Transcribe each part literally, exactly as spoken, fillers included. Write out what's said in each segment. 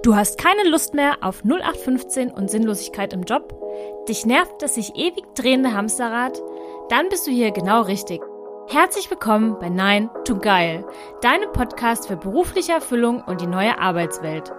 Du hast keine Lust mehr auf null acht fünfzehn und Sinnlosigkeit im Job? Dich nervt das sich ewig drehende Hamsterrad? Dann bist du hier genau richtig. Herzlich willkommen bei Nine to Geil, deinem Podcast für berufliche Erfüllung und die neue Arbeitswelt.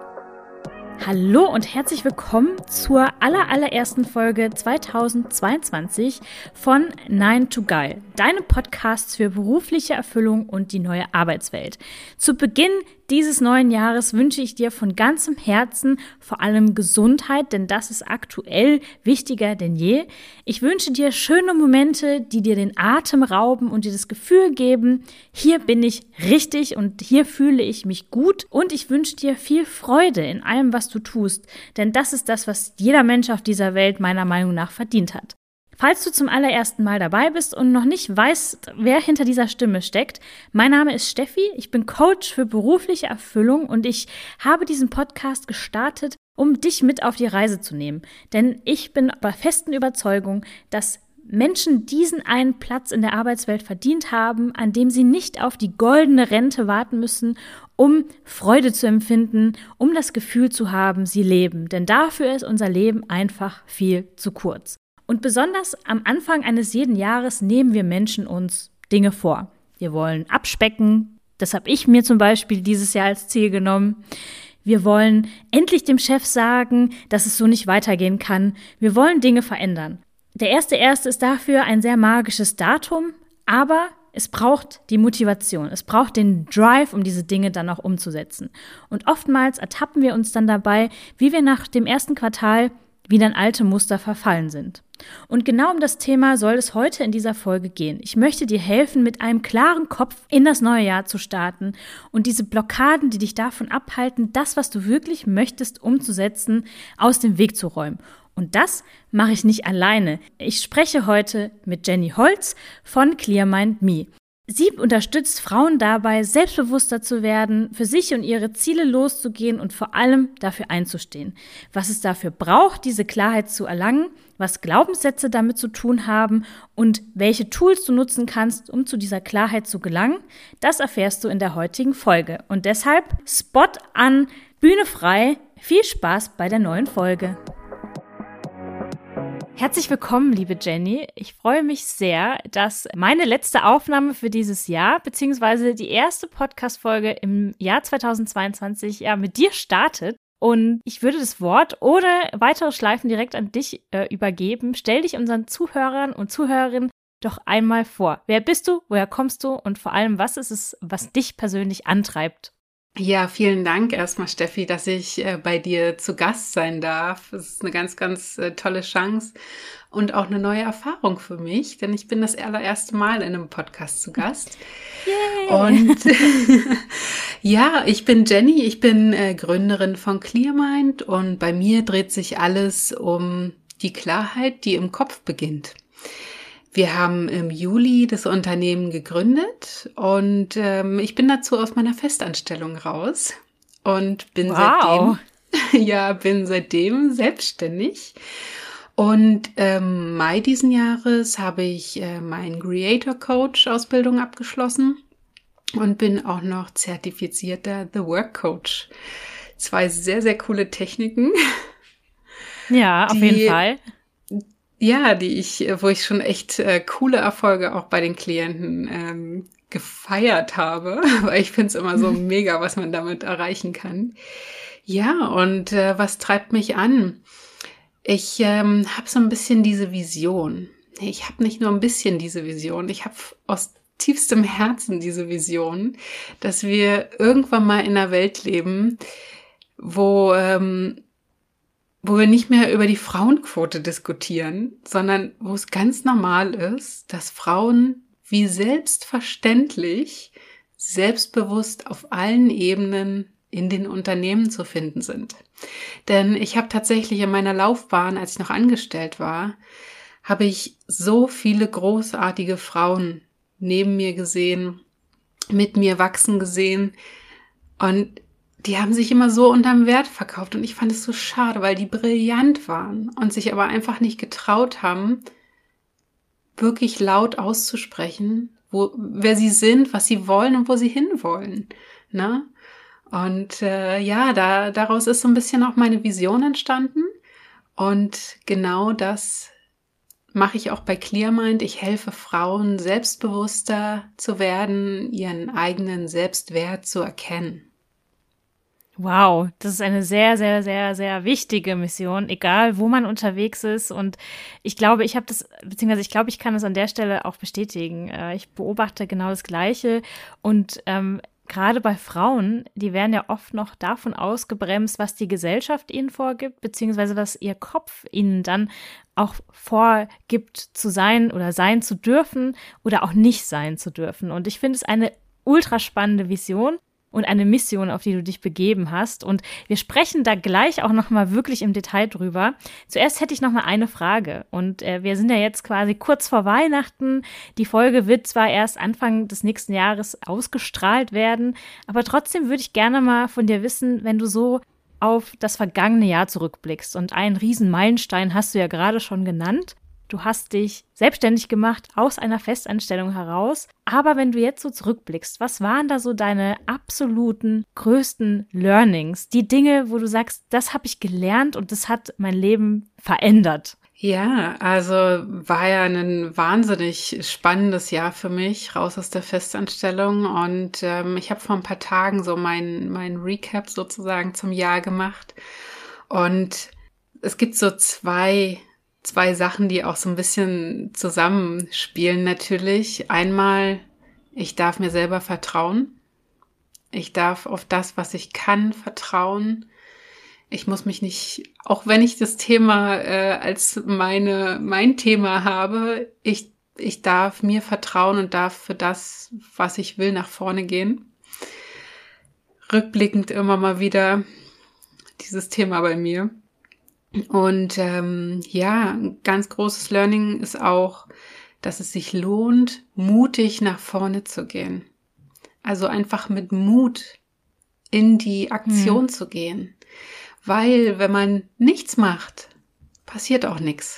Hallo und herzlich willkommen zur aller, allerersten Folge zweitausendzweiundzwanzig von Nine to Geil, deinem Podcast für berufliche Erfüllung und die neue Arbeitswelt. Zu Beginn dieses neuen Jahres wünsche ich dir von ganzem Herzen vor allem Gesundheit, denn das ist aktuell wichtiger denn je. Ich wünsche dir schöne Momente, die dir den Atem rauben und dir das Gefühl geben, hier bin ich richtig und hier fühle ich mich gut. Und ich wünsche dir viel Freude in allem, was du tust, denn das ist das, was jeder Mensch auf dieser Welt meiner Meinung nach verdient hat. Falls du zum allerersten Mal dabei bist und noch nicht weißt, wer hinter dieser Stimme steckt, mein Name ist Steffi, ich bin Coach für berufliche Erfüllung und ich habe diesen Podcast gestartet, um dich mit auf die Reise zu nehmen. Denn ich bin bei festen Überzeugung, dass Menschen diesen einen Platz in der Arbeitswelt verdient haben, an dem sie nicht auf die goldene Rente warten müssen, um Freude zu empfinden, um das Gefühl zu haben, sie leben. Denn dafür ist unser Leben einfach viel zu kurz. Und besonders am Anfang eines jeden Jahres nehmen wir Menschen uns Dinge vor. Wir wollen abspecken, das habe ich mir zum Beispiel dieses Jahr als Ziel genommen. Wir wollen endlich dem Chef sagen, dass es so nicht weitergehen kann. Wir wollen Dinge verändern. Der erste erste ist dafür ein sehr magisches Datum, aber es braucht die Motivation, es braucht den Drive, um diese Dinge dann auch umzusetzen. Und oftmals ertappen wir uns dann dabei, wie wir nach dem ersten Quartal wieder in alte Muster verfallen sind. Und genau um das Thema soll es heute in dieser Folge gehen. Ich möchte dir helfen, mit einem klaren Kopf in das neue Jahr zu starten und diese Blockaden, die dich davon abhalten, das, was du wirklich möchtest, umzusetzen, aus dem Weg zu räumen. Und das mache ich nicht alleine. Ich spreche heute mit Jenny Holz von Clear Mind Me. Sie unterstützt Frauen dabei, selbstbewusster zu werden, für sich und ihre Ziele loszugehen und vor allem dafür einzustehen. Was es dafür braucht, diese Klarheit zu erlangen, was Glaubenssätze damit zu tun haben und welche Tools du nutzen kannst, um zu dieser Klarheit zu gelangen, das erfährst du in der heutigen Folge. Und deshalb Spot an, Bühne frei, viel Spaß bei der neuen Folge. Herzlich willkommen, liebe Jenny. Ich freue mich sehr, dass meine letzte Aufnahme für dieses Jahr, beziehungsweise die erste Podcast-Folge im Jahr zweitausendzweiundzwanzig, ja, mit dir startet. Und ich würde das Wort ohne weitere Schleifen direkt an dich äh, übergeben. Stell dich unseren Zuhörern und Zuhörerinnen doch einmal vor. Wer bist du, woher kommst du und vor allem, was ist es, was dich persönlich antreibt? Ja, vielen Dank erstmal, Steffi, dass ich äh, bei dir zu Gast sein darf. Es ist eine ganz, ganz äh, tolle Chance und auch eine neue Erfahrung für mich, denn ich bin das allererste Mal in einem Podcast zu Gast. Yay. Und ja, ich bin Jenny, ich bin äh, Gründerin von Clear Mind und bei mir dreht sich alles um die Klarheit, die im Kopf beginnt. Wir haben im Juli das Unternehmen gegründet und ähm, ich bin dazu aus meiner Festanstellung raus und bin wow. seitdem, ja, bin seitdem selbstständig. Und ähm, Mai diesen Jahres habe ich äh, meinen Creator Coach Ausbildung abgeschlossen und bin auch noch zertifizierter The Work Coach. Zwei sehr, sehr coole Techniken. Ja, auf jeden Fall. Ja, die ich, wo ich schon echt äh, coole Erfolge auch bei den Klienten ähm, gefeiert habe, weil ich finde es immer so mega, was man damit erreichen kann. Ja, und äh, was treibt mich an? Ich ähm, habe so ein bisschen diese Vision. Ich habe nicht nur ein bisschen diese Vision, ich habe aus tiefstem Herzen diese Vision, dass wir irgendwann mal in einer Welt leben, wo ähm, wo wir nicht mehr über die Frauenquote diskutieren, sondern wo es ganz normal ist, dass Frauen wie selbstverständlich, selbstbewusst auf allen Ebenen in den Unternehmen zu finden sind. Denn ich habe tatsächlich in meiner Laufbahn, als ich noch angestellt war, habe ich so viele großartige Frauen neben mir gesehen, mit mir wachsen gesehen und die haben sich immer so unterm Wert verkauft und ich fand es so schade, weil die brillant waren und sich aber einfach nicht getraut haben, wirklich laut auszusprechen, wo, wer sie sind, was sie wollen und wo sie hinwollen, ne? Und äh, ja, da, daraus ist so ein bisschen auch meine Vision entstanden. Und genau das mache ich auch bei Clearmind. Ich helfe Frauen, selbstbewusster zu werden, ihren eigenen Selbstwert zu erkennen. Wow, das ist eine sehr, sehr, sehr, sehr wichtige Mission, egal wo man unterwegs ist. Und ich glaube, ich habe das, beziehungsweise ich glaube, ich kann das an der Stelle auch bestätigen. Ich beobachte genau das Gleiche. Und ähm, gerade bei Frauen, die werden ja oft noch davon ausgebremst, was die Gesellschaft ihnen vorgibt, beziehungsweise was ihr Kopf ihnen dann auch vorgibt zu sein oder sein zu dürfen oder auch nicht sein zu dürfen. Und ich finde es eine ultra spannende Vision und eine Mission, auf die du dich begeben hast. Und wir sprechen da gleich auch nochmal wirklich im Detail drüber. Zuerst hätte ich nochmal eine Frage. Und äh, wir sind ja jetzt quasi kurz vor Weihnachten. Die Folge wird zwar erst Anfang des nächsten Jahres ausgestrahlt werden, aber trotzdem würde ich gerne mal von dir wissen, wenn du so auf das vergangene Jahr zurückblickst. Und einen riesen Meilenstein hast du ja gerade schon genannt. Du hast dich selbstständig gemacht aus einer Festanstellung heraus. Aber wenn du jetzt so zurückblickst, was waren da so deine absoluten größten Learnings? Die Dinge, wo du sagst, das habe ich gelernt und das hat mein Leben verändert. Ja, also war ja ein wahnsinnig spannendes Jahr für mich, raus aus der Festanstellung. Und ähm, ich habe vor ein paar Tagen so mein, mein Recap sozusagen zum Jahr gemacht. Und es gibt so zwei Zwei Sachen, die auch so ein bisschen zusammenspielen natürlich. Einmal, ich darf mir selber vertrauen. Ich darf auf das, was ich kann, vertrauen. Ich muss mich nicht, auch wenn ich das Thema äh, als meine mein Thema habe, ich, ich darf mir vertrauen und darf für das, was ich will, nach vorne gehen. Rückblickend immer mal wieder dieses Thema bei mir. Und ähm, ja, ein ganz großes Learning ist auch, dass es sich lohnt, mutig nach vorne zu gehen. Also einfach mit Mut in die Aktion hm. zu gehen. Weil wenn man nichts macht, passiert auch nichts.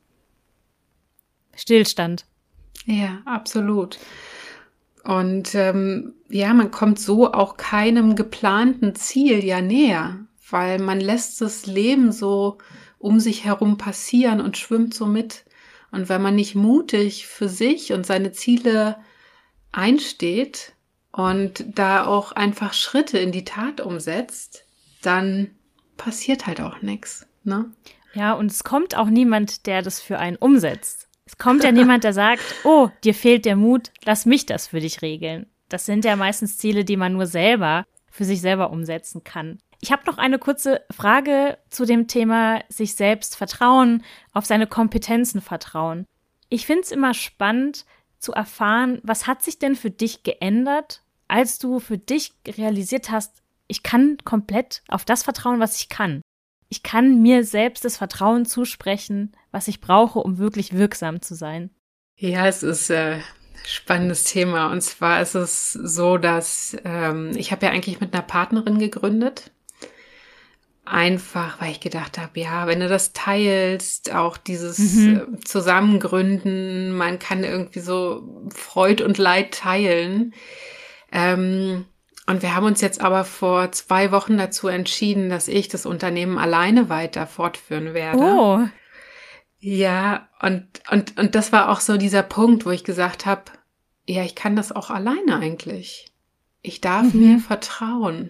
Stillstand. Ja, absolut. Und ähm, ja, man kommt so auch keinem geplanten Ziel ja näher. Weil man lässt das Leben so um sich herum passieren und schwimmt so mit. Und wenn man nicht mutig für sich und seine Ziele einsteht und da auch einfach Schritte in die Tat umsetzt, dann passiert halt auch nichts, ne? Ja, und es kommt auch niemand, der das für einen umsetzt. Es kommt ja niemand, der sagt, oh, dir fehlt der Mut, lass mich das für dich regeln. Das sind ja meistens Ziele, die man nur selber für sich selber umsetzen kann. Ich habe noch eine kurze Frage zu dem Thema sich selbst vertrauen, auf seine Kompetenzen vertrauen. Ich finde es immer spannend zu erfahren, was hat sich denn für dich geändert, als du für dich realisiert hast, ich kann komplett auf das vertrauen, was ich kann. Ich kann mir selbst das Vertrauen zusprechen, was ich brauche, um wirklich wirksam zu sein. Ja, es ist äh, spannendes Thema. Und zwar ist es so, dass ähm, ich habe ja eigentlich mit einer Partnerin gegründet. Einfach, weil ich gedacht habe, ja, wenn du das teilst, auch dieses mhm. Zusammengründen, man kann irgendwie so Freud und Leid teilen. Ähm, und wir haben uns jetzt aber vor zwei Wochen dazu entschieden, dass ich das Unternehmen alleine weiter fortführen werde. Oh. Ja, und, und, und das war auch so dieser Punkt, wo ich gesagt habe, ja, ich kann das auch alleine eigentlich. Ich darf mhm. mir vertrauen.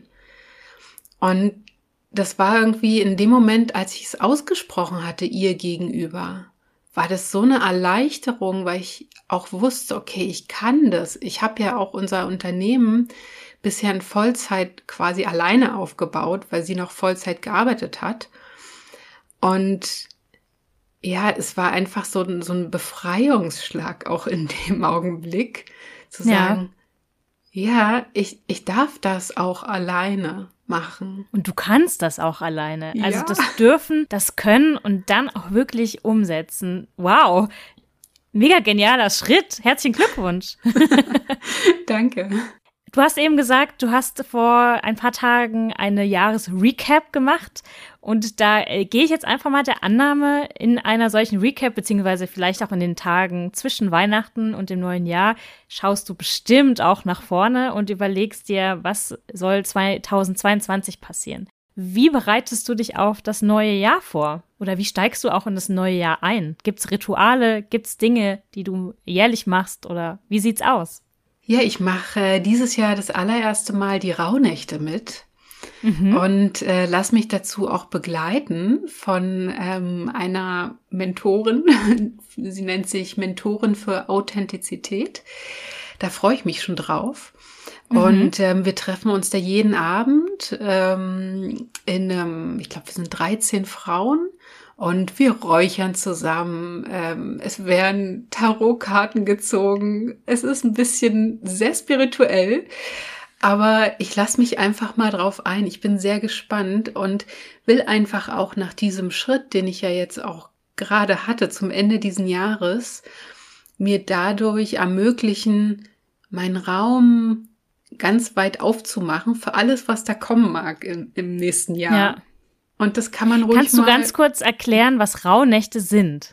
Und das war irgendwie in dem Moment, als ich es ausgesprochen hatte, ihr gegenüber, war das so eine Erleichterung, weil ich auch wusste, okay, ich kann das. Ich habe ja auch unser Unternehmen bisher in Vollzeit quasi alleine aufgebaut, weil sie noch Vollzeit gearbeitet hat. Und ja, es war einfach so, so ein Befreiungsschlag auch in dem Augenblick, zu sagen, ja, ja ich, ich darf das auch alleine machen. Und du kannst das auch alleine. Ja. Also das Dürfen, das Können und dann auch wirklich umsetzen. Wow, mega genialer Schritt. Herzlichen Glückwunsch. Danke. Du hast eben gesagt, du hast vor ein paar Tagen eine Jahresrecap gemacht und da äh, gehe ich jetzt einfach mal der Annahme, in einer solchen Recap, beziehungsweise vielleicht auch in den Tagen zwischen Weihnachten und dem neuen Jahr, schaust du bestimmt auch nach vorne und überlegst dir, was soll zweitausendzweiundzwanzig passieren. Wie bereitest du dich auf das neue Jahr vor? Oder wie steigst du auch in das neue Jahr ein? Gibt's Rituale, gibt's Dinge, die du jährlich machst oder wie sieht's aus? Ja, ich mache dieses Jahr das allererste Mal die Rauhnächte mit Mhm. und äh, lass mich dazu auch begleiten von ähm, einer Mentorin. Sie nennt sich Mentorin für Authentizität. Da freue ich mich schon drauf. Mhm. Und ähm, wir treffen uns da jeden Abend ähm, in einem, ich glaube, wir sind dreizehn Frauen. Und wir räuchern zusammen, ähm, es werden Tarotkarten gezogen, es ist ein bisschen sehr spirituell, aber ich lasse mich einfach mal drauf ein. Ich bin sehr gespannt und will einfach auch nach diesem Schritt, den ich ja jetzt auch gerade hatte zum Ende diesen Jahres, mir dadurch ermöglichen, meinen Raum ganz weit aufzumachen für alles, was da kommen mag im, im nächsten Jahr. Ja. Und das kann man ruhig Kannst du mal... ganz kurz erklären, was Rauhnächte sind?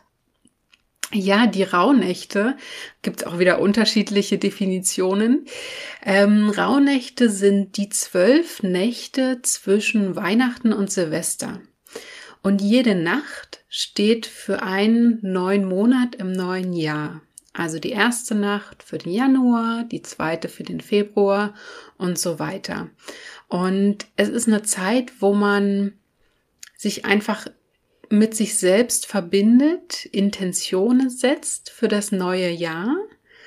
Ja, die Rauhnächte, gibt es auch wieder unterschiedliche Definitionen. Ähm, Rauhnächte sind die zwölf Nächte zwischen Weihnachten und Silvester. Und jede Nacht steht für einen neuen Monat im neuen Jahr. Also die erste Nacht für den Januar, die zweite für den Februar und so weiter. Und es ist eine Zeit, wo man sich einfach mit sich selbst verbindet, Intentionen setzt für das neue Jahr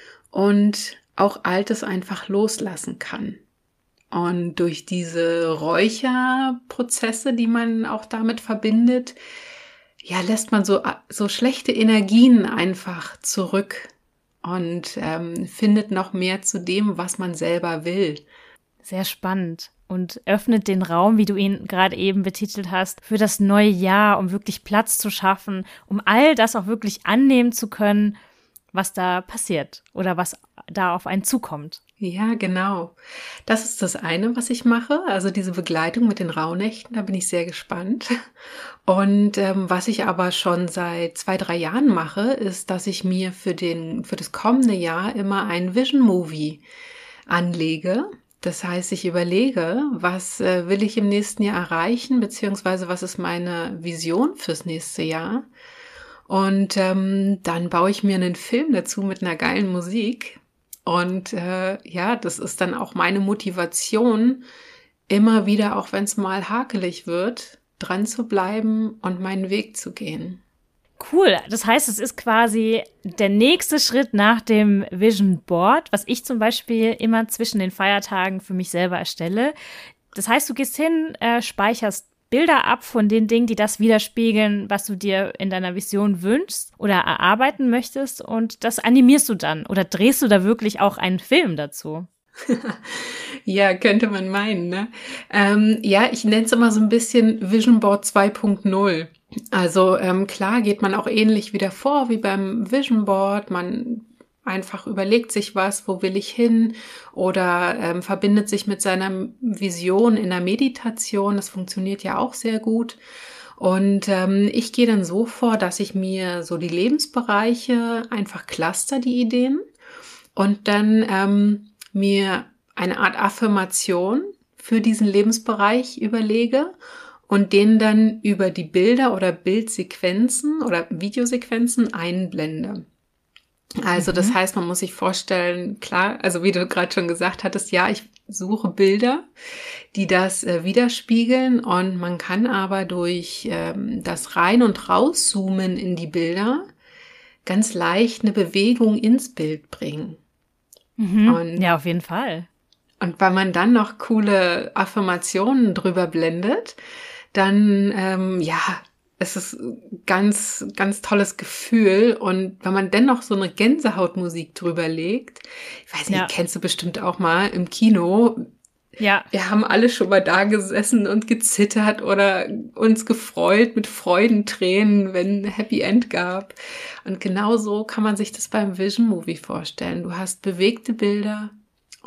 und auch Altes einfach loslassen kann. Und durch diese Räucherprozesse, die man auch damit verbindet, ja, lässt man so, so schlechte Energien einfach zurück und ähm, findet noch mehr zu dem, was man selber will. Sehr spannend. Und öffnet den Raum, wie du ihn gerade eben betitelt hast, für das neue Jahr, um wirklich Platz zu schaffen, um all das auch wirklich annehmen zu können, was da passiert oder was da auf einen zukommt. Ja, genau. Das ist das eine, was ich mache, also diese Begleitung mit den Rauhnächten, da bin ich sehr gespannt. Und ähm, was ich aber schon seit zwei, drei Jahren mache, ist, dass ich mir für den, für das kommende Jahr immer einen Vision Movie anlege. Das heißt, ich überlege, was äh, will ich im nächsten Jahr erreichen, beziehungsweise was ist meine Vision fürs nächste Jahr. Und ähm, dann baue ich mir einen Film dazu mit einer geilen Musik. Und äh, ja, das ist dann auch meine Motivation, immer wieder, auch wenn es mal hakelig wird, dran zu bleiben und meinen Weg zu gehen. Cool. Das heißt, es ist quasi der nächste Schritt nach dem Vision Board, was ich zum Beispiel immer zwischen den Feiertagen für mich selber erstelle. Das heißt, du gehst hin, äh, speicherst Bilder ab von den Dingen, die das widerspiegeln, was du dir in deiner Vision wünschst oder erarbeiten möchtest, und das animierst du dann oder drehst du da wirklich auch einen Film dazu? Ja, könnte man meinen, ne? Ähm, ja, ich nenne es immer so ein bisschen Vision Board zwei Punkt null. Also ähm, klar geht man auch ähnlich wieder vor wie beim Vision Board. Man einfach überlegt sich was, wo will ich hin, oder ähm, verbindet sich mit seiner Vision in der Meditation. Das funktioniert ja auch sehr gut. Und ähm, ich gehe dann so vor, dass ich mir so die Lebensbereiche einfach cluster, die Ideen, und dann ähm, mir eine Art Affirmation für diesen Lebensbereich überlege und den dann über die Bilder oder Bildsequenzen oder Videosequenzen einblende. Also das heißt, man muss sich vorstellen, klar, also wie du gerade schon gesagt hattest, ja, ich suche Bilder, die das äh, widerspiegeln, und man kann aber durch ähm, das Rein- und Rauszoomen in die Bilder ganz leicht eine Bewegung ins Bild bringen. Mhm. Und, ja, auf jeden Fall. Und wenn man dann noch coole Affirmationen drüber blendet, dann, ähm, ja, es ist ganz, ganz tolles Gefühl. Und wenn man dennoch so eine Gänsehautmusik drüber legt, ich weiß nicht, Ja. kennst du bestimmt auch mal im Kino. Ja. Wir haben alle schon mal da gesessen und gezittert oder uns gefreut mit Freudentränen, wenn Happy End gab. Und genau so kann man sich das beim Vision Movie vorstellen. Du hast bewegte Bilder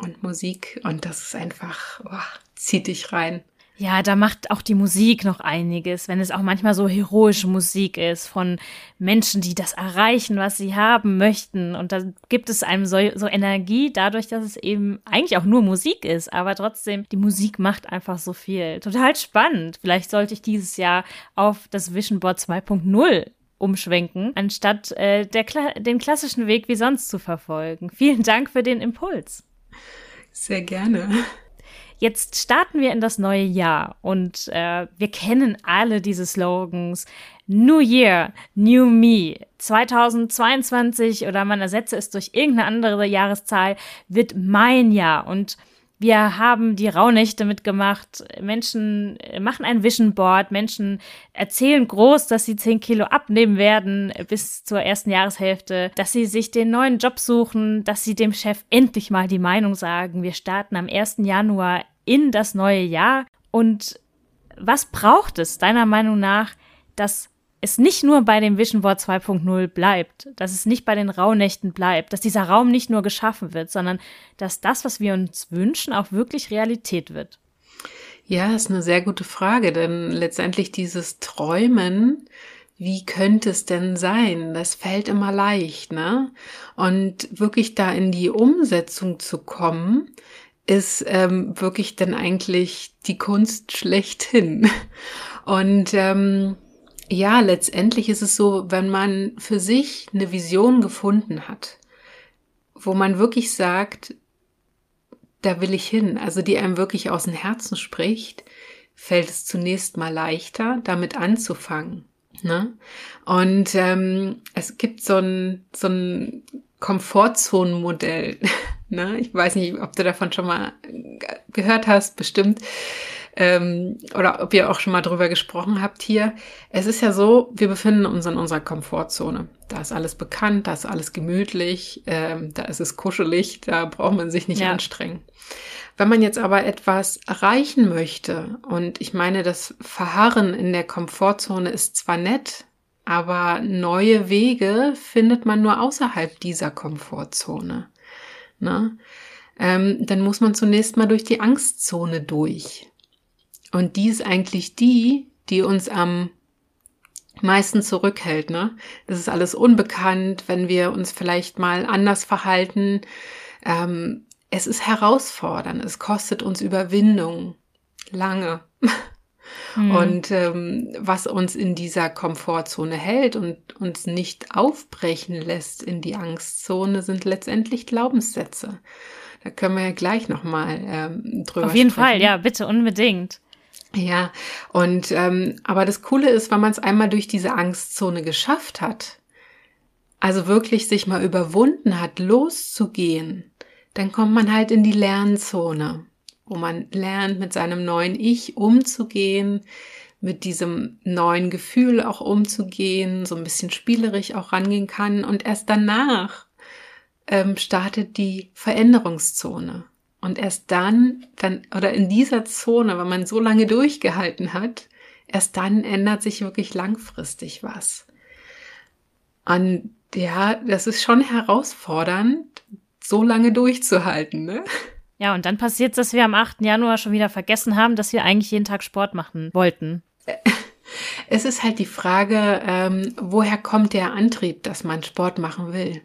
und Musik und das ist einfach, oh, zieht dich rein. Ja, da macht auch die Musik noch einiges, wenn es auch manchmal so heroische Musik ist von Menschen, die das erreichen, was sie haben möchten. Und da gibt es einem so, so Energie dadurch, dass es eben eigentlich auch nur Musik ist. Aber trotzdem, die Musik macht einfach so viel. Total spannend. Vielleicht sollte ich dieses Jahr auf das Vision Board zwei Punkt null umschwenken, anstatt äh, der, den klassischen Weg wie sonst zu verfolgen. Vielen Dank für den Impuls. Sehr gerne. Jetzt starten wir in das neue Jahr und äh, wir kennen alle diese Slogans. New Year, New Me. zweitausendzweiundzwanzig oder man ersetze es durch irgendeine andere Jahreszahl, wird mein Jahr. Und wir haben die Rauhnächte mitgemacht. Menschen machen ein Vision Board. Menschen erzählen groß, dass sie zehn Kilo abnehmen werden bis zur ersten Jahreshälfte, dass sie sich den neuen Job suchen, dass sie dem Chef endlich mal die Meinung sagen. Wir starten am ersten Januar in das neue Jahr. Und was braucht es deiner Meinung nach, dass es nicht nur bei dem Vision Board zwei Punkt null bleibt, dass es nicht bei den Rauhnächten bleibt, dass dieser Raum nicht nur geschaffen wird, sondern dass das, was wir uns wünschen, auch wirklich Realität wird? Ja, ist eine sehr gute Frage, denn letztendlich dieses Träumen, wie könnte es denn sein? Das fällt immer leicht, ne? Und wirklich da in die Umsetzung zu kommen, ist ähm, wirklich dann eigentlich die Kunst schlechthin. Und ähm, ja, letztendlich ist es so, wenn man für sich eine Vision gefunden hat, wo man wirklich sagt, da will ich hin, also die einem wirklich aus dem Herzen spricht, fällt es zunächst mal leichter, damit anzufangen. Ne? Und ähm, es gibt so ein, so ein Komfortzonenmodell. Ne? Ich weiß nicht, ob du davon schon mal gehört hast, bestimmt. Ähm, oder ob ihr auch schon mal drüber gesprochen habt hier. Es ist ja so, wir befinden uns in unserer Komfortzone. Da ist alles bekannt, da ist alles gemütlich, ähm, da ist es kuschelig, da braucht man sich nicht ja. anstrengen. Wenn man jetzt aber etwas erreichen möchte, und ich meine, das Verharren in der Komfortzone ist zwar nett, aber neue Wege findet man nur außerhalb dieser Komfortzone. Ne? Ähm, dann muss man zunächst mal durch die Angstzone durch. Und die ist eigentlich die, die uns am meisten zurückhält, ne? Das ist alles unbekannt, wenn wir uns vielleicht mal anders verhalten. Ähm, es ist herausfordernd, es kostet uns Überwindung, lange. Mhm. Und ähm, was uns in dieser Komfortzone hält und uns nicht aufbrechen lässt in die Angstzone, sind letztendlich Glaubenssätze. Da können wir ja gleich nochmal ähm, drüber Auf jeden sprechen. Fall, ja, bitte, unbedingt. Ja, und ähm, aber das Coole ist, wenn man es einmal durch diese Angstzone geschafft hat, also wirklich sich mal überwunden hat, loszugehen, dann kommt man halt in die Lernzone, wo man lernt, mit seinem neuen Ich umzugehen, mit diesem neuen Gefühl auch umzugehen, so ein bisschen spielerisch auch rangehen kann und erst danach ähm, startet die Veränderungszone. Und erst dann, dann, oder in dieser Zone, wenn man so lange durchgehalten hat, erst dann ändert sich wirklich langfristig was. Und ja, das ist schon herausfordernd, so lange durchzuhalten, ne? Ja, und dann passiert es, dass wir am achten Januar schon wieder vergessen haben, dass wir eigentlich jeden Tag Sport machen wollten. Es ist halt die Frage, ähm, woher kommt der Antrieb, dass man Sport machen will?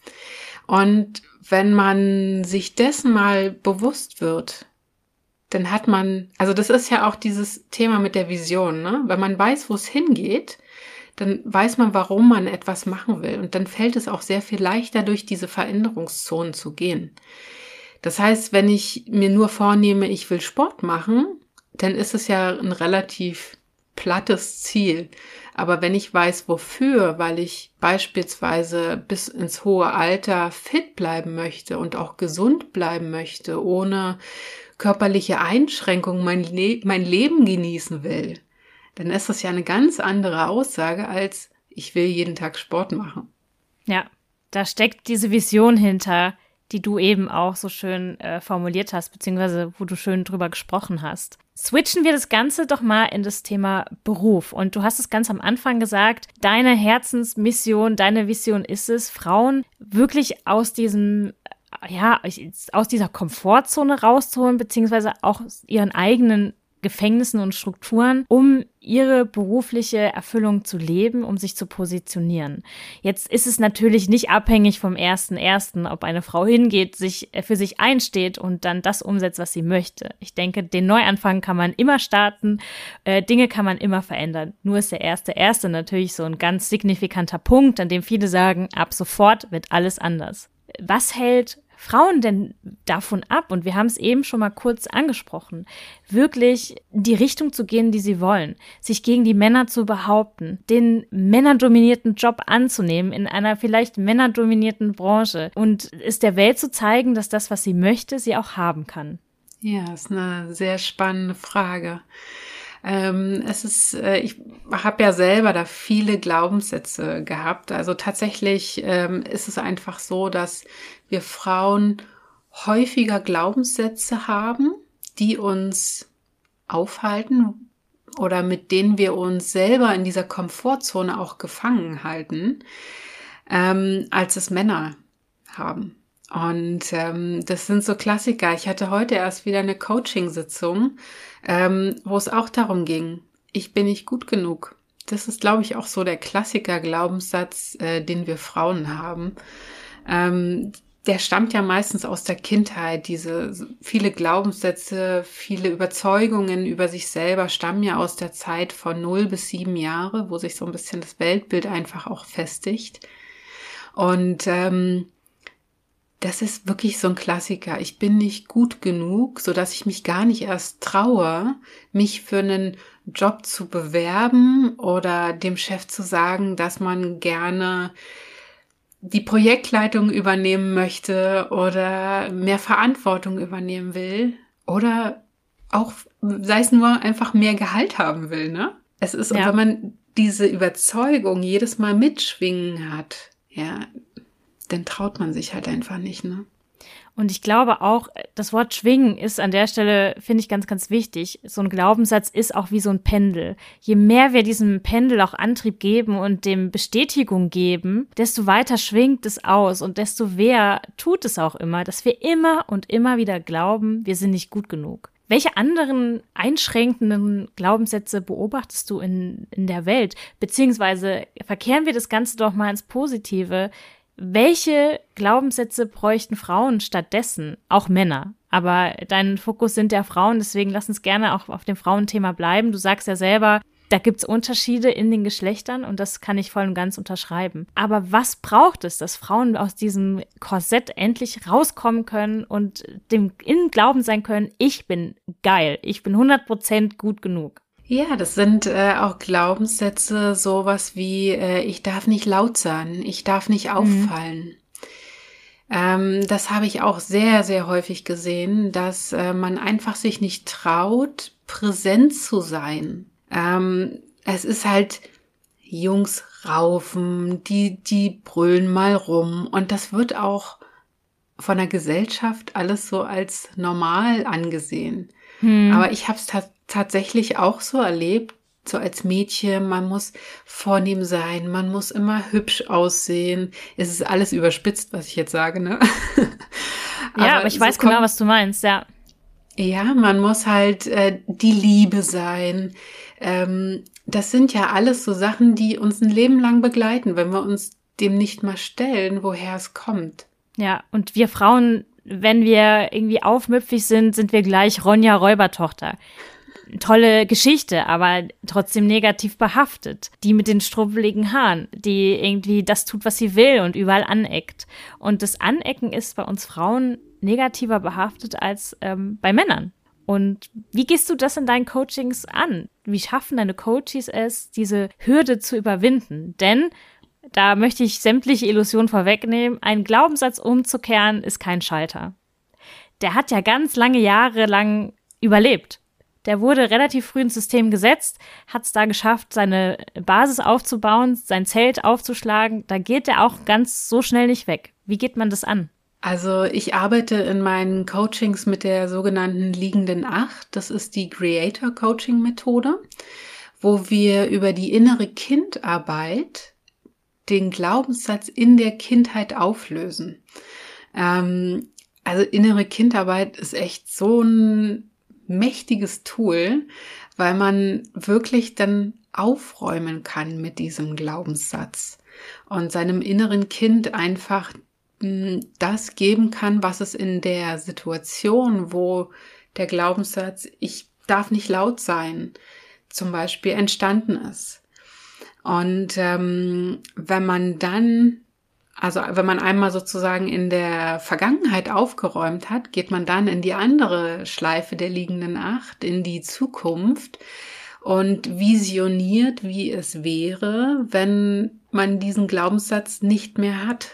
Und wenn man sich dessen mal bewusst wird, dann hat man, also das ist ja auch dieses Thema mit der Vision, ne? Wenn man weiß, wo es hingeht, dann weiß man, warum man etwas machen will. Und dann fällt es auch sehr viel leichter, durch diese Veränderungszonen zu gehen. Das heißt, wenn ich mir nur vornehme, ich will Sport machen, dann ist es ja ein relativ plattes Ziel. Aber wenn ich weiß, wofür, weil ich beispielsweise bis ins hohe Alter fit bleiben möchte und auch gesund bleiben möchte, ohne körperliche Einschränkungen mein, Le- mein Leben genießen will, dann ist das ja eine ganz andere Aussage als ich will jeden Tag Sport machen. Ja, da steckt diese Vision hinter, die du eben auch so schön äh, formuliert hast, beziehungsweise wo du schön drüber gesprochen hast. Switchen wir das Ganze doch mal in das Thema Beruf. Und du hast es ganz am Anfang gesagt, deine Herzensmission, deine Vision ist es, Frauen wirklich aus diesem ja, aus dieser Komfortzone rauszuholen, beziehungsweise auch aus ihren eigenen Gefängnissen und Strukturen, um ihre berufliche Erfüllung zu leben, um sich zu positionieren. Jetzt ist es natürlich nicht abhängig vom ersten ersten, ob eine Frau hingeht, sich für sich einsteht und dann das umsetzt, was sie möchte. Ich denke, den Neuanfang kann man immer starten, äh, Dinge kann man immer verändern. Nur ist der erste erste natürlich so ein ganz signifikanter Punkt, an dem viele sagen, ab sofort wird alles anders. Was hält Frauen denn davon ab? Und wir haben es eben schon mal kurz angesprochen, wirklich in die Richtung zu gehen, die sie wollen, sich gegen die Männer zu behaupten, den männerdominierten Job anzunehmen in einer vielleicht männerdominierten Branche und es der Welt zu zeigen, dass das, was sie möchte, sie auch haben kann. Ja, ist eine sehr spannende Frage. Ähm, es ist, äh, ich habe ja selber da viele Glaubenssätze gehabt. Also tatsächlich ähm, ist es einfach so, dass wir Frauen häufiger Glaubenssätze haben, die uns aufhalten oder mit denen wir uns selber in dieser Komfortzone auch gefangen halten, ähm, als es Männer haben. Und ähm, das sind so Klassiker. Ich hatte heute erst wieder eine Coaching-Sitzung, ähm, wo es auch darum ging, ich bin nicht gut genug. Das ist, glaube ich, auch so der Klassiker-Glaubenssatz, äh, den wir Frauen haben. Ähm, der stammt ja meistens aus der Kindheit. Diese viele Glaubenssätze, viele Überzeugungen über sich selber stammen ja aus der Zeit von null bis sieben Jahre, wo sich so ein bisschen das Weltbild einfach auch festigt. Und ähm, das ist wirklich so ein Klassiker. Ich bin nicht gut genug, so dass ich mich gar nicht erst traue, mich für einen Job zu bewerben oder dem Chef zu sagen, dass man gerne die Projektleitung übernehmen möchte oder mehr Verantwortung übernehmen will oder auch, sei es nur einfach mehr Gehalt haben will, ne? Es ist, ja. Wenn man diese Überzeugung jedes Mal mitschwingen hat, ja, dann traut man sich halt einfach nicht, ne? Und ich glaube auch, das Wort schwingen ist an der Stelle, finde ich, ganz, ganz wichtig. So ein Glaubenssatz ist auch wie so ein Pendel. Je mehr wir diesem Pendel auch Antrieb geben und dem Bestätigung geben, desto weiter schwingt es aus und desto mehr tut es auch immer, dass wir immer und immer wieder glauben, wir sind nicht gut genug. Welche anderen einschränkenden Glaubenssätze beobachtest du in, in der Welt? Beziehungsweise verkehren wir das Ganze doch mal ins Positive. Welche Glaubenssätze bräuchten Frauen stattdessen? Auch Männer. Aber dein Fokus sind ja Frauen, deswegen lass uns gerne auch auf dem Frauenthema bleiben. Du sagst ja selber, da gibt's Unterschiede in den Geschlechtern und das kann ich voll und ganz unterschreiben. Aber was braucht es, dass Frauen aus diesem Korsett endlich rauskommen können und dem in Glauben sein können, ich bin geil, ich bin hundert Prozent gut genug? Ja, das sind äh, auch Glaubenssätze, sowas wie, äh, ich darf nicht laut sein, ich darf nicht auffallen. Mhm. Ähm, das habe ich auch sehr, sehr häufig gesehen, dass äh, man einfach sich nicht traut, präsent zu sein. Ähm, es ist halt, Jungs raufen, die, die brüllen mal rum und das wird auch von der Gesellschaft alles so als normal angesehen. Mhm. Aber ich habe es tatsächlich tatsächlich auch so erlebt, so als Mädchen, man muss vornehm sein, man muss immer hübsch aussehen. Es ist alles überspitzt, was ich jetzt sage, ne? aber ja, aber ich so weiß kommt, genau, was du meinst, ja. Ja, man muss halt äh, die Liebe sein. Ähm, das sind ja alles so Sachen, die uns ein Leben lang begleiten, wenn wir uns dem nicht mal stellen, woher es kommt. Ja, und wir Frauen, wenn wir irgendwie aufmüpfig sind, sind wir gleich Ronja Räubertochter. Tolle Geschichte, aber trotzdem negativ behaftet. Die mit den strubbeligen Haaren, die irgendwie das tut, was sie will und überall aneckt. Und das Anecken ist bei uns Frauen negativer behaftet als ähm, bei Männern. Und wie gehst du das in deinen Coachings an? Wie schaffen deine Coaches es, diese Hürde zu überwinden? Denn da möchte ich sämtliche Illusionen vorwegnehmen. Ein Glaubenssatz umzukehren ist kein Schalter. Der hat ja ganz lange Jahre lang überlebt. Der wurde relativ früh ins System gesetzt, hat es da geschafft, seine Basis aufzubauen, sein Zelt aufzuschlagen. Da geht er auch ganz so schnell nicht weg. Wie geht man das an? Also ich arbeite in meinen Coachings mit der sogenannten liegenden Acht. Das ist die Creator-Coaching-Methode, wo wir über die innere Kindarbeit den Glaubenssatz in der Kindheit auflösen. Ähm, also innere Kindarbeit ist echt so ein mächtiges Tool, weil man wirklich dann aufräumen kann mit diesem Glaubenssatz und seinem inneren Kind einfach mh, das geben kann, was es in der Situation, wo der Glaubenssatz, ich darf nicht laut sein, zum Beispiel entstanden ist. Und ähm, wenn man dann, also wenn man einmal sozusagen in der Vergangenheit aufgeräumt hat, geht man dann in die andere Schleife der liegenden Acht, in die Zukunft und visioniert, wie es wäre, wenn man diesen Glaubenssatz nicht mehr hat.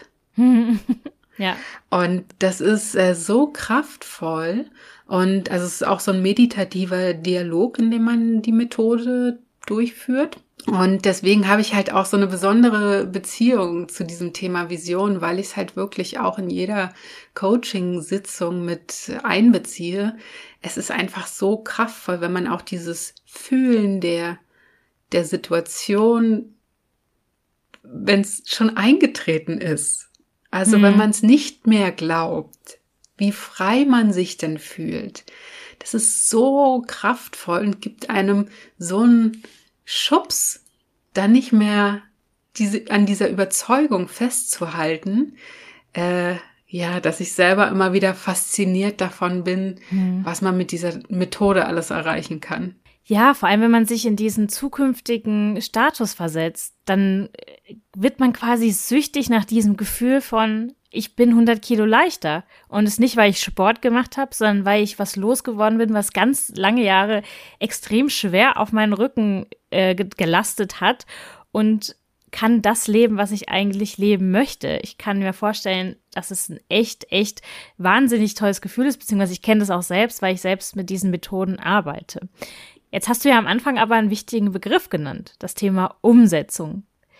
Ja. Und das ist äh, so kraftvoll und also es ist auch so ein meditativer Dialog, in dem man die Methode durchführt. Und deswegen habe ich halt auch so eine besondere Beziehung zu diesem Thema Vision, weil ich es halt wirklich auch in jeder Coaching-Sitzung mit einbeziehe. Es ist einfach so kraftvoll, wenn man auch dieses Fühlen der, der Situation, wenn es schon eingetreten ist, also mhm. wenn man es nicht mehr glaubt, wie frei man sich denn fühlt. Das ist so kraftvoll und gibt einem so einen Schubs, dann nicht mehr diese, an dieser Überzeugung festzuhalten, äh, ja, dass ich selber immer wieder fasziniert davon bin, mhm. was man mit dieser Methode alles erreichen kann. Ja, vor allem, wenn man sich in diesen zukünftigen Status versetzt, dann wird man quasi süchtig nach diesem Gefühl von, ich bin hundert Kilo leichter. Und es nicht, weil ich Sport gemacht habe, sondern weil ich was losgeworden bin, was ganz lange Jahre extrem schwer auf meinen Rücken äh, gelastet hat und kann das leben, was ich eigentlich leben möchte. Ich kann mir vorstellen, dass es ein echt, echt wahnsinnig tolles Gefühl ist, beziehungsweise ich kenne das auch selbst, weil ich selbst mit diesen Methoden arbeite. Jetzt hast du ja am Anfang aber einen wichtigen Begriff genannt, das Thema Umsetzung.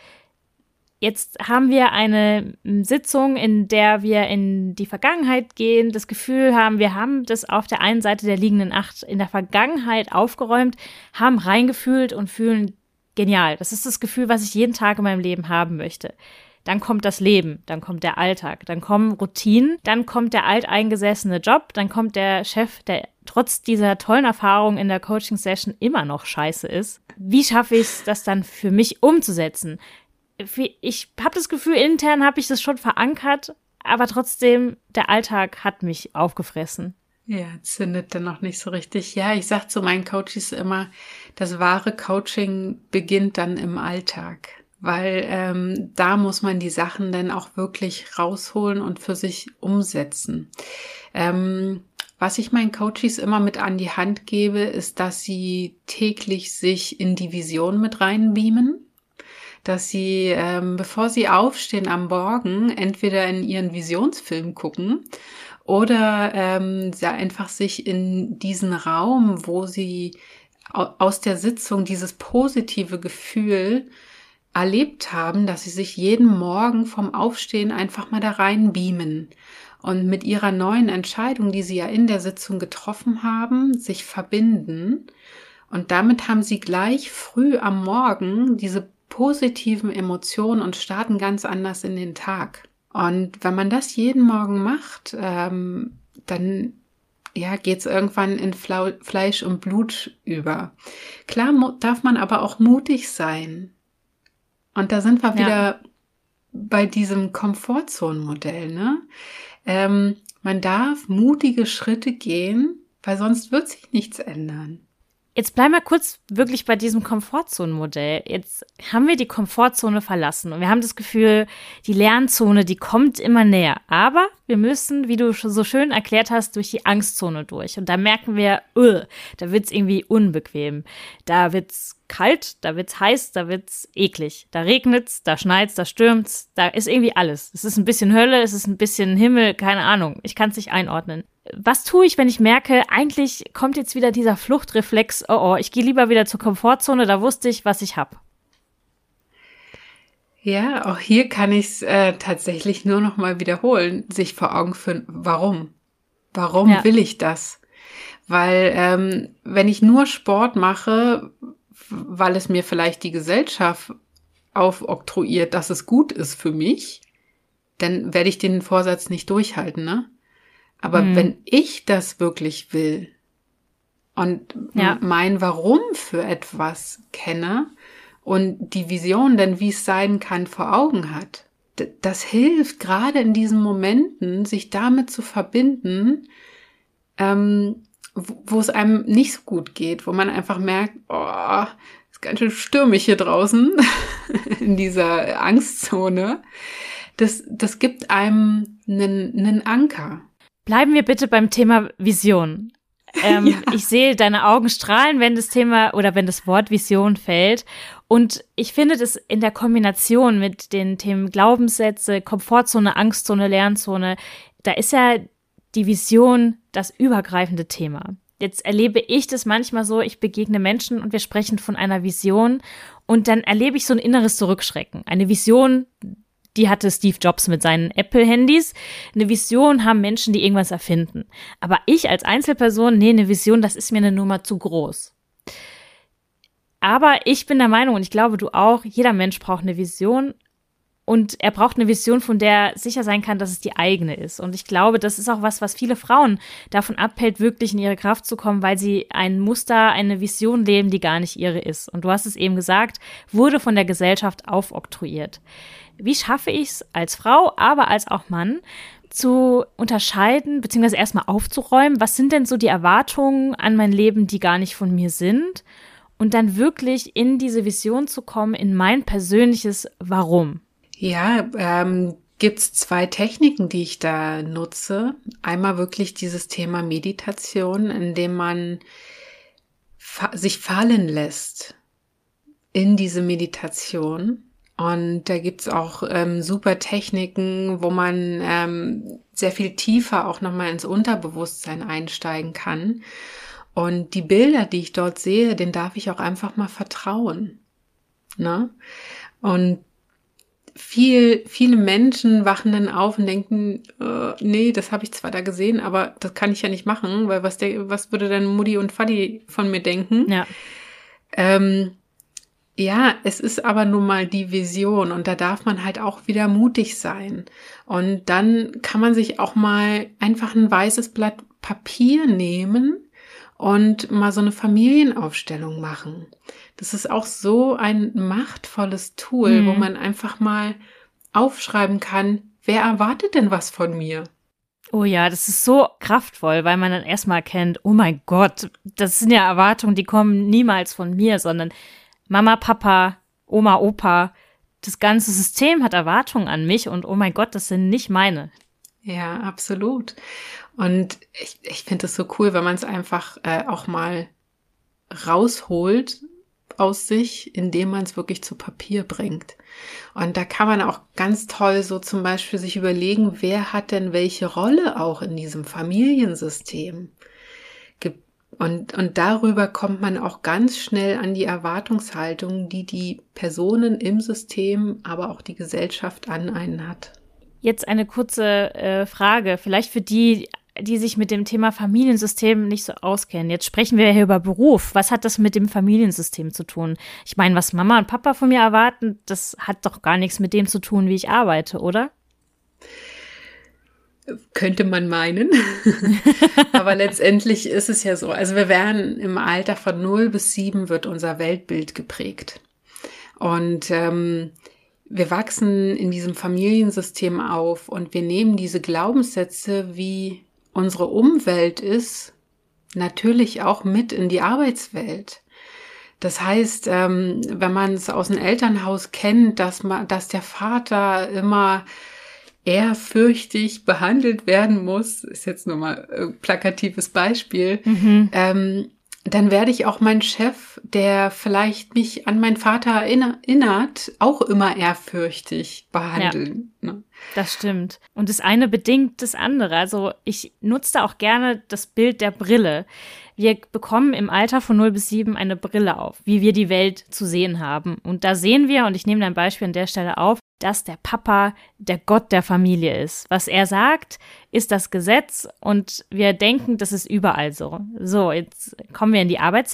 Jetzt haben wir eine Sitzung, in der wir in die Vergangenheit gehen, das Gefühl haben, wir haben das auf der einen Seite der liegenden Acht in der Vergangenheit aufgeräumt, haben reingefühlt und fühlen genial. Das ist das Gefühl, was ich jeden Tag in meinem Leben haben möchte. Dann kommt das Leben, dann kommt der Alltag, dann kommen Routinen, dann kommt der alteingesessene Job, dann kommt der Chef, der trotz dieser tollen Erfahrung in der Coaching-Session immer noch scheiße ist. Wie schaffe ich es, das dann für mich umzusetzen? Ich habe das Gefühl, intern habe ich das schon verankert, aber trotzdem, der Alltag hat mich aufgefressen. Ja, zündet dann noch nicht so richtig. Ja, ich sage zu meinen Coaches immer, das wahre Coaching beginnt dann im Alltag. Weil ähm, da muss man die Sachen dann auch wirklich rausholen und für sich umsetzen. Ähm, was ich meinen Coaches immer mit an die Hand gebe, ist, dass sie täglich sich in die Vision mit reinbeamen. Dass sie, ähm, bevor sie aufstehen am Morgen, entweder in ihren Visionsfilm gucken oder ähm, sie einfach sich in diesen Raum, wo sie aus der Sitzung dieses positive Gefühl erlebt haben, dass sie sich jeden Morgen vom Aufstehen einfach mal da rein beamen und mit ihrer neuen Entscheidung, die sie ja in der Sitzung getroffen haben, sich verbinden. Und damit haben sie gleich früh am Morgen diese positiven Emotionen und starten ganz anders in den Tag. Und wenn man das jeden Morgen macht, ähm, dann ja, geht's irgendwann in Flau- Fleisch und Blut über. Klar mu- darf man aber auch mutig sein. Und da sind wir wieder ja. bei diesem Komfortzonenmodell, ne? Ähm, man darf mutige Schritte gehen, weil sonst wird sich nichts ändern. Jetzt bleiben wir kurz wirklich bei diesem Komfortzonenmodell. Jetzt haben wir die Komfortzone verlassen und wir haben das Gefühl, die Lernzone, die kommt immer näher. Aber wir müssen, wie du so schön erklärt hast, durch die Angstzone durch. Und da merken wir, uh, da wird's irgendwie unbequem. Da wird's kalt, da wird's heiß, da wird's eklig. Da regnet's, da schneit's, da stürmt's, da ist irgendwie alles. Es ist ein bisschen Hölle, es ist ein bisschen Himmel, keine Ahnung. Ich kann's nicht einordnen. Was tue ich, wenn ich merke, eigentlich kommt jetzt wieder dieser Fluchtreflex, oh oh, ich gehe lieber wieder zur Komfortzone, da wusste ich, was ich habe. Ja, auch hier kann ich es äh, tatsächlich nur noch mal wiederholen, sich vor Augen führen, warum? Warum ja. will ich das? Weil ähm, wenn ich nur Sport mache, weil es mir vielleicht die Gesellschaft aufoktroyiert, dass es gut ist für mich, dann werde ich den Vorsatz nicht durchhalten, ne? Aber Mhm. wenn ich das wirklich will und Ja. mein Warum für etwas kenne und die Vision dann, wie es sein kann, vor Augen hat, d- das hilft gerade in diesen Momenten, sich damit zu verbinden, ähm, wo wo es einem nicht so gut geht, wo man einfach merkt, oh, ist ganz schön stürmisch hier draußen in dieser Angstzone. Das, das gibt einem einen, einen Anker. Bleiben wir bitte beim Thema Vision. Ähm, Ja. Ich sehe deine Augen strahlen, wenn das Thema oder wenn das Wort Vision fällt. Und ich finde das in der Kombination mit den Themen Glaubenssätze, Komfortzone, Angstzone, Lernzone, da ist ja die Vision das übergreifende Thema. Jetzt erlebe ich das manchmal so, ich begegne Menschen und wir sprechen von einer Vision und dann erlebe ich so ein inneres Zurückschrecken. Eine Vision, die hatte Steve Jobs mit seinen Apple-Handys. Eine Vision haben Menschen, die irgendwas erfinden. Aber ich als Einzelperson, nee, eine Vision, das ist mir eine Nummer zu groß. Aber ich bin der Meinung, und ich glaube, du auch, jeder Mensch braucht eine Vision. Und er braucht eine Vision, von der sicher sein kann, dass es die eigene ist. Und ich glaube, das ist auch was, was viele Frauen davon abhält, wirklich in ihre Kraft zu kommen, weil sie ein Muster, eine Vision leben, die gar nicht ihre ist. Und du hast es eben gesagt, wurde von der Gesellschaft aufoktroyiert. Wie schaffe ich es als Frau, aber als auch Mann, zu unterscheiden, beziehungsweise erstmal aufzuräumen, was sind denn so die Erwartungen an mein Leben, die gar nicht von mir sind? Und dann wirklich in diese Vision zu kommen, in mein persönliches Warum. Ja, ähm, gibt's zwei Techniken, die ich da nutze. Einmal wirklich dieses Thema Meditation, indem man fa- sich fallen lässt in diese Meditation. Und da gibt's auch ähm, super Techniken, wo man ähm, sehr viel tiefer auch nochmal ins Unterbewusstsein einsteigen kann. Und die Bilder, die ich dort sehe, denen darf ich auch einfach mal vertrauen. Ne? Und viel, viele Menschen wachen dann auf und denken, äh, nee, das habe ich zwar da gesehen, aber das kann ich ja nicht machen, weil was, der, was würde denn Mutti und Vati von mir denken? Ja. Ähm, ja, es ist aber nun mal die Vision und da darf man halt auch wieder mutig sein. Und dann kann man sich auch mal einfach ein weißes Blatt Papier nehmen und mal so eine Familienaufstellung machen. Das ist auch so ein machtvolles Tool, Mhm. wo man einfach mal aufschreiben kann, wer erwartet denn was von mir? Oh ja, das ist so kraftvoll, weil man dann erstmal erkennt, oh mein Gott, das sind ja Erwartungen, die kommen niemals von mir, sondern Mama, Papa, Oma, Opa, das ganze System hat Erwartungen an mich und oh mein Gott, das sind nicht meine. Ja, absolut. Und ich, ich finde es so cool, wenn man es einfach äh, auch mal rausholt aus sich, indem man es wirklich zu Papier bringt. Und da kann man auch ganz toll so zum Beispiel sich überlegen, wer hat denn welche Rolle auch in diesem Familiensystem. Ge- Und, und darüber kommt man auch ganz schnell an die Erwartungshaltung, die die Personen im System, aber auch die Gesellschaft an einen hat. Jetzt eine kurze äh, Frage, vielleicht für die, die sich mit dem Thema Familiensystem nicht so auskennen. Jetzt sprechen wir ja hier über Beruf. Was hat das mit dem Familiensystem zu tun? Ich meine, was Mama und Papa von mir erwarten, das hat doch gar nichts mit dem zu tun, wie ich arbeite, oder? Könnte man meinen. Aber letztendlich ist es ja so. Also wir werden im Alter von null bis sieben wird unser Weltbild geprägt. Und ähm, wir wachsen in diesem Familiensystem auf und wir nehmen diese Glaubenssätze, wie unsere Umwelt ist, natürlich auch mit in die Arbeitswelt. Das heißt, ähm, wenn man es aus dem Elternhaus kennt, dass man, dass der Vater immer ehrfürchtig behandelt werden muss, ist jetzt nur mal ein plakatives Beispiel, Mhm. ähm, dann werde ich auch meinen Chef, der vielleicht mich an meinen Vater erinnert, auch immer ehrfürchtig behandeln. Ja. Ne? Das stimmt. Und das eine bedingt das andere. Also ich nutze da auch gerne das Bild der Brille. Wir bekommen im Alter von null bis sieben eine Brille auf, wie wir die Welt zu sehen haben. Und da sehen wir, und ich nehme ein Beispiel an der Stelle auf, dass der Papa der Gott der Familie ist. Was er sagt, ist das Gesetz und wir denken, das ist überall so. So, jetzt kommen wir in die Arbeitswelt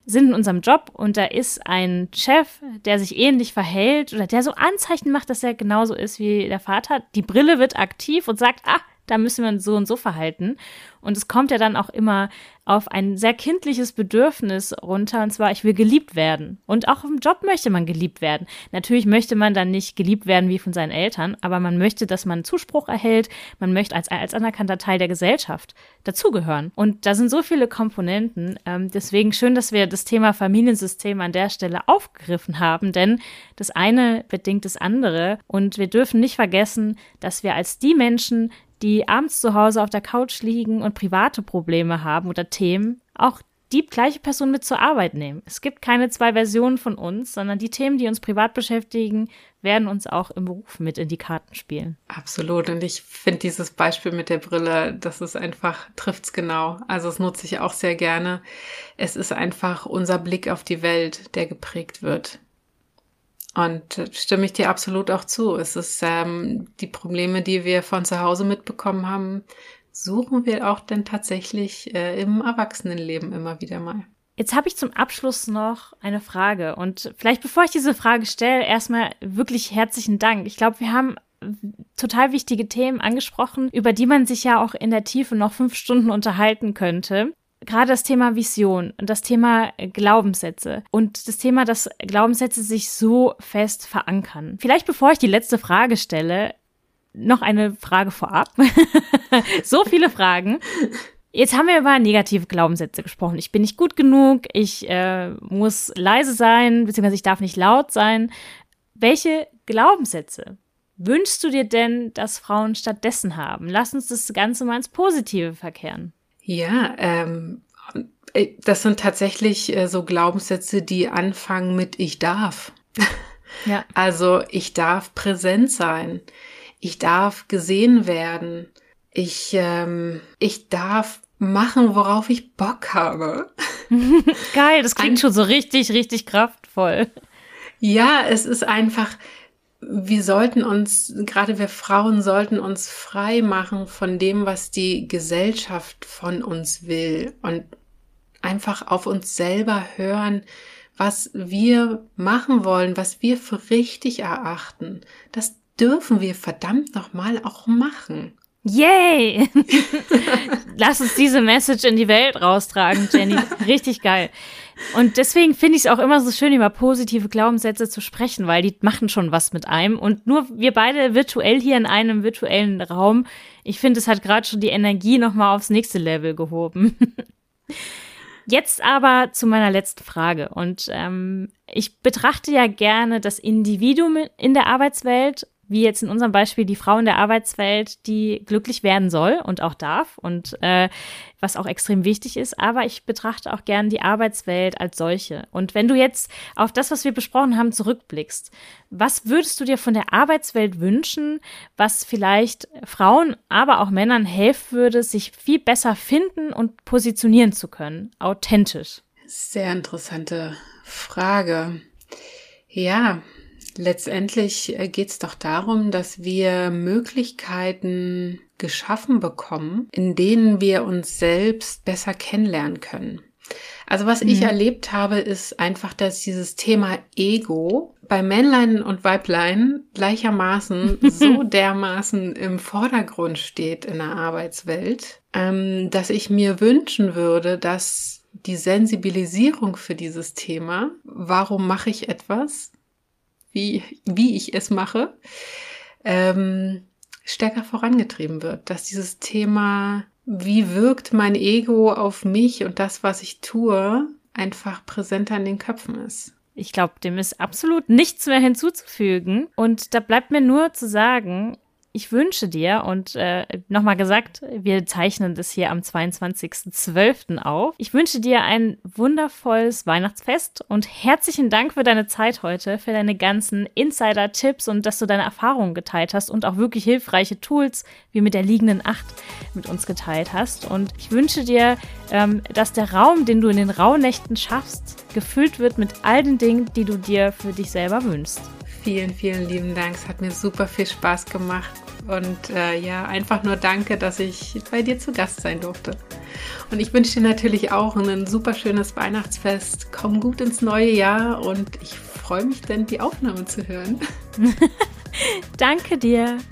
sind in unserem Job und da ist ein Chef, der sich ähnlich verhält oder der so Anzeichen macht, dass er genauso ist wie der Vater. Die Brille wird aktiv und sagt, ah, da müssen wir uns so und so verhalten. Und es kommt ja dann auch immer auf ein sehr kindliches Bedürfnis runter, und zwar, ich will geliebt werden. Und auch im Job möchte man geliebt werden. Natürlich möchte man dann nicht geliebt werden wie von seinen Eltern, aber man möchte, dass man Zuspruch erhält, man möchte als, als anerkannter Teil der Gesellschaft dazugehören. Und da sind so viele Komponenten. Ähm, deswegen schön, dass wir das Thema Familiensystem an der Stelle aufgegriffen haben, denn das eine bedingt das andere. Und wir dürfen nicht vergessen, dass wir als die Menschen, die abends zu Hause auf der Couch liegen und private Probleme haben oder Themen, auch die gleiche Person mit zur Arbeit nehmen. Es gibt keine zwei Versionen von uns, sondern die Themen, die uns privat beschäftigen, werden uns auch im Beruf mit in die Karten spielen. Absolut. Und ich finde dieses Beispiel mit der Brille, das ist einfach, trifft's genau. Also das nutze ich auch sehr gerne. Es ist einfach unser Blick auf die Welt, der geprägt wird. Und äh, stimme ich dir absolut auch zu. Es ist ähm, die Probleme, die wir von zu Hause mitbekommen haben, suchen wir auch denn tatsächlich äh, im Erwachsenenleben immer wieder mal. Jetzt habe ich zum Abschluss noch eine Frage. Und vielleicht bevor ich diese Frage stelle, erstmal wirklich herzlichen Dank. Ich glaube, wir haben total wichtige Themen angesprochen, über die man sich ja auch in der Tiefe noch fünf Stunden unterhalten könnte. Gerade das Thema Vision und das Thema Glaubenssätze und das Thema, dass Glaubenssätze sich so fest verankern. Vielleicht bevor ich die letzte Frage stelle, noch eine Frage vorab. So viele Fragen. Jetzt haben wir über negative Glaubenssätze gesprochen. Ich bin nicht gut genug, ich äh, muss leise sein, beziehungsweise ich darf nicht laut sein. Welche Glaubenssätze wünschst du dir denn, dass Frauen stattdessen haben? Lass uns das Ganze mal ins Positive verkehren. Ja, ähm, das sind tatsächlich äh, so Glaubenssätze, die anfangen mit ich darf. Ja. Also ich darf präsent sein, ich darf gesehen werden, ich, ähm, ich darf machen, worauf ich Bock habe. Geil, das klingt Ein- schon so richtig, richtig kraftvoll. Ja, es ist einfach... Wir sollten uns, gerade wir Frauen, sollten uns frei machen von dem, was die Gesellschaft von uns will und einfach auf uns selber hören, was wir machen wollen, was wir für richtig erachten. Das dürfen wir verdammt nochmal auch machen. Yay! Lass uns diese Message in die Welt raustragen, Jenny. Richtig geil. Und deswegen finde ich es auch immer so schön, über positive Glaubenssätze zu sprechen, weil die machen schon was mit einem. Und nur wir beide virtuell hier in einem virtuellen Raum, ich finde, es hat gerade schon die Energie nochmal aufs nächste Level gehoben. Jetzt aber zu meiner letzten Frage. Und ähm, ich betrachte ja gerne das Individuum in der Arbeitswelt, wie jetzt in unserem Beispiel die Frau in der Arbeitswelt, die glücklich werden soll und auch darf und äh, was auch extrem wichtig ist. Aber ich betrachte auch gern die Arbeitswelt als solche. Und wenn du jetzt auf das, was wir besprochen haben, zurückblickst, was würdest du dir von der Arbeitswelt wünschen, was vielleicht Frauen, aber auch Männern helfen würde, sich viel besser finden und positionieren zu können, authentisch? Sehr interessante Frage. Ja, letztendlich geht es doch darum, dass wir Möglichkeiten geschaffen bekommen, in denen wir uns selbst besser kennenlernen können. Also was mhm. ich erlebt habe, ist einfach, dass dieses Thema Ego bei Männlein und Weiblein gleichermaßen so dermaßen im Vordergrund steht in der Arbeitswelt, ähm, dass ich mir wünschen würde, dass die Sensibilisierung für dieses Thema, warum mache ich etwas, wie, wie ich es mache, ähm, stärker vorangetrieben wird. Dass dieses Thema, wie wirkt mein Ego auf mich und das, was ich tue, einfach präsenter in den Köpfen ist. Ich glaube, dem ist absolut nichts mehr hinzuzufügen. Und da bleibt mir nur zu sagen, ich wünsche dir, und äh, nochmal gesagt, wir zeichnen das hier am zweiundzwanzigsten zwölften auf. Ich wünsche dir ein wundervolles Weihnachtsfest und herzlichen Dank für deine Zeit heute, für deine ganzen Insider-Tipps und dass du deine Erfahrungen geteilt hast und auch wirklich hilfreiche Tools wie mit der liegenden Acht mit uns geteilt hast. Und ich wünsche dir, ähm, dass der Raum, den du in den Rauhnächten schaffst, gefüllt wird mit all den Dingen, die du dir für dich selber wünschst. Vielen, vielen lieben Dank. Es hat mir super viel Spaß gemacht. Und äh, ja, einfach nur danke, dass ich bei dir zu Gast sein durfte. Und ich wünsche dir natürlich auch ein super schönes Weihnachtsfest. Komm gut ins neue Jahr und ich freue mich dann, die Aufnahme zu hören. Danke dir.